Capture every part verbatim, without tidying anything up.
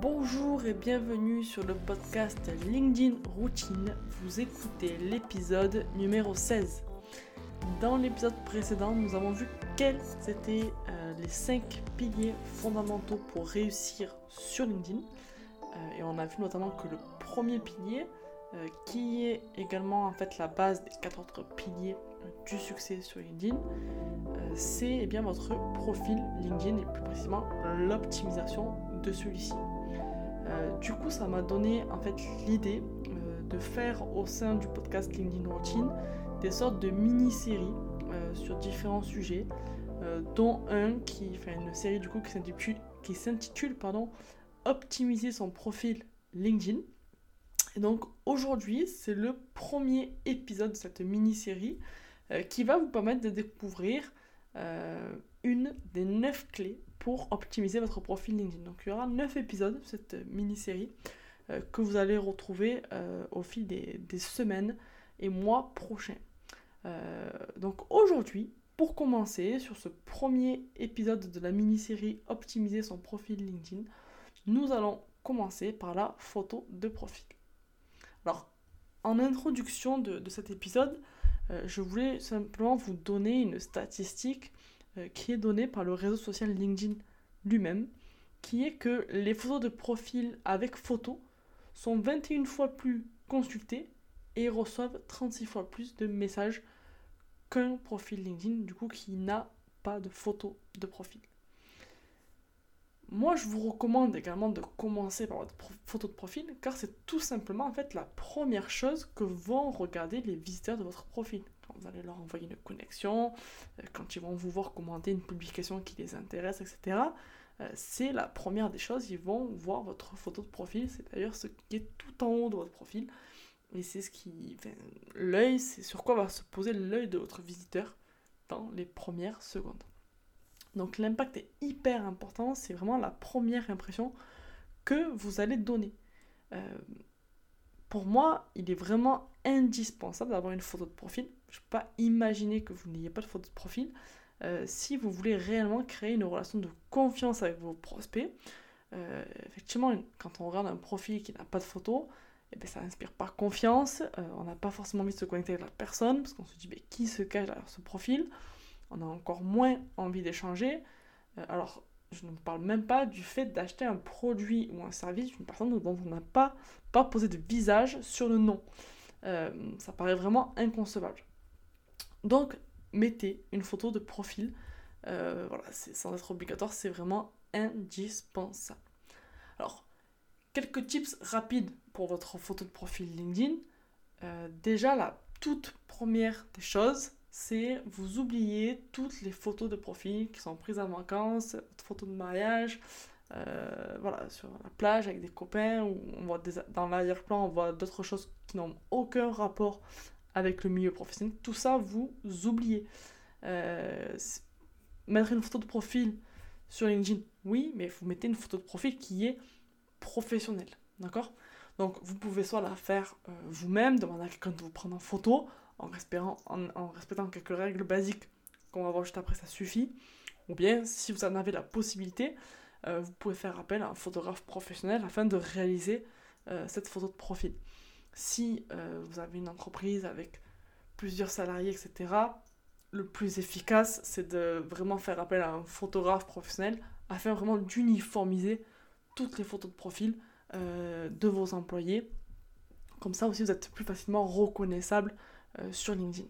Bonjour et bienvenue sur le podcast LinkedIn Routine. Vous écoutez l'épisode numéro seize. Dans l'épisode précédent, nous avons vu quels étaient euh, les cinq piliers fondamentaux pour réussir sur LinkedIn. Euh, et on a vu notamment que le premier pilier, euh, qui est également en fait la base des quatre autres piliers euh, du succès sur LinkedIn, euh, c'est eh bien votre profil LinkedIn et plus précisément l'optimisation de celui-ci. Euh, du coup, ça m'a donné en fait l'idée euh, de faire au sein du podcast LinkedIn Routine des sortes de mini-séries euh, sur différents sujets, euh, dont un qui, enfin une série du coup qui s'intitule, qui s'intitule pardon, Optimiser son profil LinkedIn. Et donc aujourd'hui, c'est le premier épisode de cette mini-série euh, qui va vous permettre de découvrir euh, une des neuf clés pour optimiser votre profil LinkedIn. Donc il y aura neuf épisodes de cette mini-série euh, que vous allez retrouver euh, au fil des, des semaines et mois prochains. Euh, donc aujourd'hui, pour commencer sur ce premier épisode de la mini-série Optimiser son profil LinkedIn, nous allons commencer par la photo de profil. Alors, en introduction de, de cet épisode, euh, je voulais simplement vous donner une statistique euh, qui est donnée par le réseau social LinkedIn lui-même, qui est que les photos de profil avec photo sont vingt et une fois plus consultées et reçoivent trente-six fois plus de messages qu'un profil LinkedIn, du coup, qui n'a pas de photo de profil. Moi, je vous recommande également de commencer par votre pro- photo de profil, car c'est tout simplement en fait la première chose que vont regarder les visiteurs de votre profil. Quand vous allez leur envoyer une connexion, euh, quand ils vont vous voir commenter une publication qui les intéresse, et cetera. euh, c'est la première des choses, ils vont voir votre photo de profil. C'est d'ailleurs ce qui est tout en haut de votre profil. Et c'est ce qui... Enfin, l'œil, c'est sur quoi va se poser l'œil de votre visiteur dans les premières secondes. Donc l'impact est hyper important, c'est vraiment la première impression que vous allez donner. Euh, pour moi, il est vraiment indispensable d'avoir une photo de profil. Je ne peux pas imaginer que vous n'ayez pas de photo de profil euh, si vous voulez réellement créer une relation de confiance avec vos prospects. Euh, effectivement, quand on regarde un profil qui n'a pas de photo, eh bien, ça n'inspire pas confiance. Euh, on n'a pas forcément envie de se connecter avec la personne parce qu'on se dit mais qui se cache derrière ce profil. On a encore moins envie d'échanger. Euh, alors, je ne parle même pas du fait d'acheter un produit ou un service d'une personne dont on n'a pas, pas posé de visage sur le nom. Euh, ça paraît vraiment inconcevable. Donc, mettez une photo de profil. Euh, voilà, c'est, sans être obligatoire, c'est vraiment indispensable. Alors, quelques tips rapides pour votre photo de profil LinkedIn. Euh, déjà, la toute première des choses, c'est vous oubliez toutes les photos de profil qui sont prises en vacances, votre photo de mariage, euh, voilà, sur la plage avec des copains, ou on voit des, dans l'arrière-plan, on voit d'autres choses qui n'ont aucun rapport avec le milieu professionnel. Tout ça, vous oubliez. Euh, mettre une photo de profil sur LinkedIn, oui, mais vous mettez une photo de profil qui est professionnelle, d'accord ? Donc vous pouvez soit la faire euh, vous-même, demander à quelqu'un de vous prendre en photo, en, respectant, en, en respectant quelques règles basiques qu'on va voir juste après, ça suffit. Ou bien, si vous en avez la possibilité, euh, vous pouvez faire appel à un photographe professionnel afin de réaliser euh, cette photo de profil. Si euh, vous avez une entreprise avec plusieurs salariés, et cetera, le plus efficace, c'est de vraiment faire appel à un photographe professionnel afin vraiment d'uniformiser toutes les photos de profil euh, de vos employés. Comme ça aussi, vous êtes plus facilement reconnaissable euh, sur LinkedIn.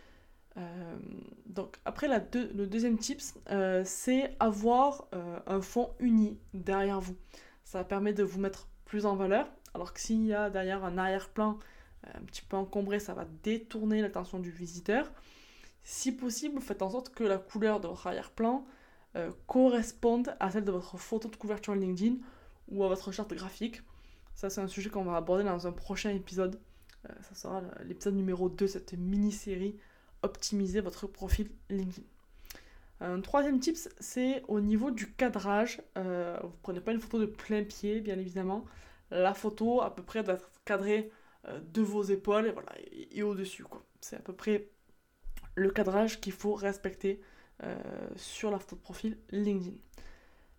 Euh, donc après, la deux, le deuxième tips, euh, c'est avoir euh, un fond uni derrière vous. Ça permet de vous mettre plus en valeur, alors que s'il y a derrière un arrière-plan euh, un petit peu encombré, ça va détourner l'attention du visiteur. Si possible, faites en sorte que la couleur de votre arrière-plan euh, corresponde à celle de votre photo de couverture LinkedIn ou à votre charte graphique. Ça, c'est un sujet qu'on va aborder dans un prochain épisode. Euh, ça sera l'épisode numéro deux de cette mini-série Optimiser votre profil LinkedIn. Un troisième tip, c'est au niveau du cadrage. Euh, vous ne prenez pas une photo de plein pied, bien évidemment. La photo, à peu près, doit être cadrée euh, de vos épaules et, voilà, et, et au-dessus, quoi. C'est à peu près le cadrage qu'il faut respecter euh, sur la photo de profil LinkedIn.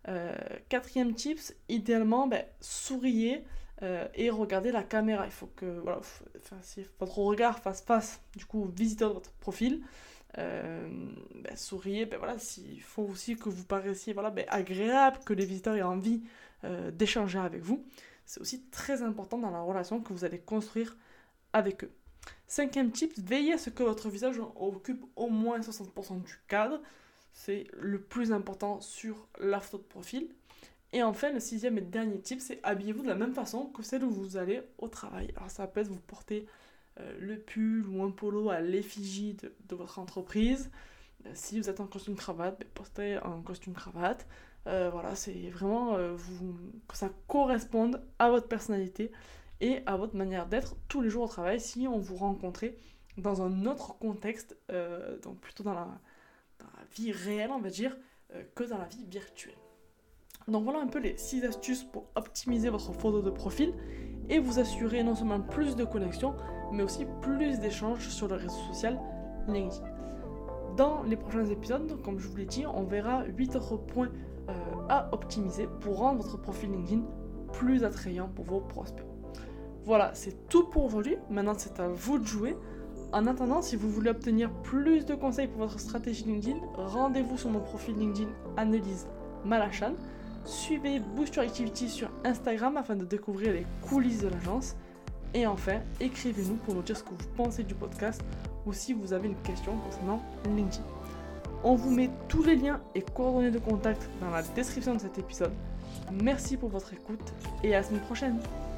Euh, quatrième tips, idéalement, ben, souriez euh, et regardez la caméra. Il faut que voilà, f- enfin, si votre regard fasse face du coup au visiteur de votre profil. Euh, ben, souriez, ben, voilà, il faut aussi que vous paraissiez voilà, ben, agréable, que les visiteurs aient envie euh, d'échanger avec vous. C'est aussi très important dans la relation que vous allez construire avec eux. Cinquième tip, veillez à ce que votre visage occupe au moins soixante pour cent du cadre. C'est le plus important sur la photo de profil. Et enfin, le sixième et dernier tip, c'est habillez-vous de la même façon que celle où vous allez au travail. Alors ça peut être vous porter euh, le pull ou un polo à l'effigie de, de votre entreprise. Euh, si vous êtes en costume cravate, ben, portez un costume cravate. Euh, voilà, c'est vraiment euh, vous, que ça corresponde à votre personnalité et à votre manière d'être tous les jours au travail si on vous rencontrait dans un autre contexte, euh, donc plutôt dans la, dans la vie réelle, on va dire, euh, que dans la vie virtuelle. Donc voilà un peu les six astuces pour optimiser votre photo de profil et vous assurer non seulement plus de connexions, mais aussi plus d'échanges sur le réseau social LinkedIn. Dans les prochains épisodes, comme je vous l'ai dit, on verra huit autres points euh, à optimiser pour rendre votre profil LinkedIn plus attrayant pour vos prospects. Voilà, c'est tout pour aujourd'hui. Maintenant, c'est à vous de jouer. En attendant, si vous voulez obtenir plus de conseils pour votre stratégie LinkedIn, rendez-vous sur mon profil LinkedIn Annelise Malachan. Suivez Boost Your Activity sur Instagram afin de découvrir les coulisses de l'agence. Et enfin, écrivez-nous pour nous dire ce que vous pensez du podcast ou si vous avez une question concernant LinkedIn. On vous met tous les liens et coordonnées de contact dans la description de cet épisode. Merci pour votre écoute et à la semaine prochaine.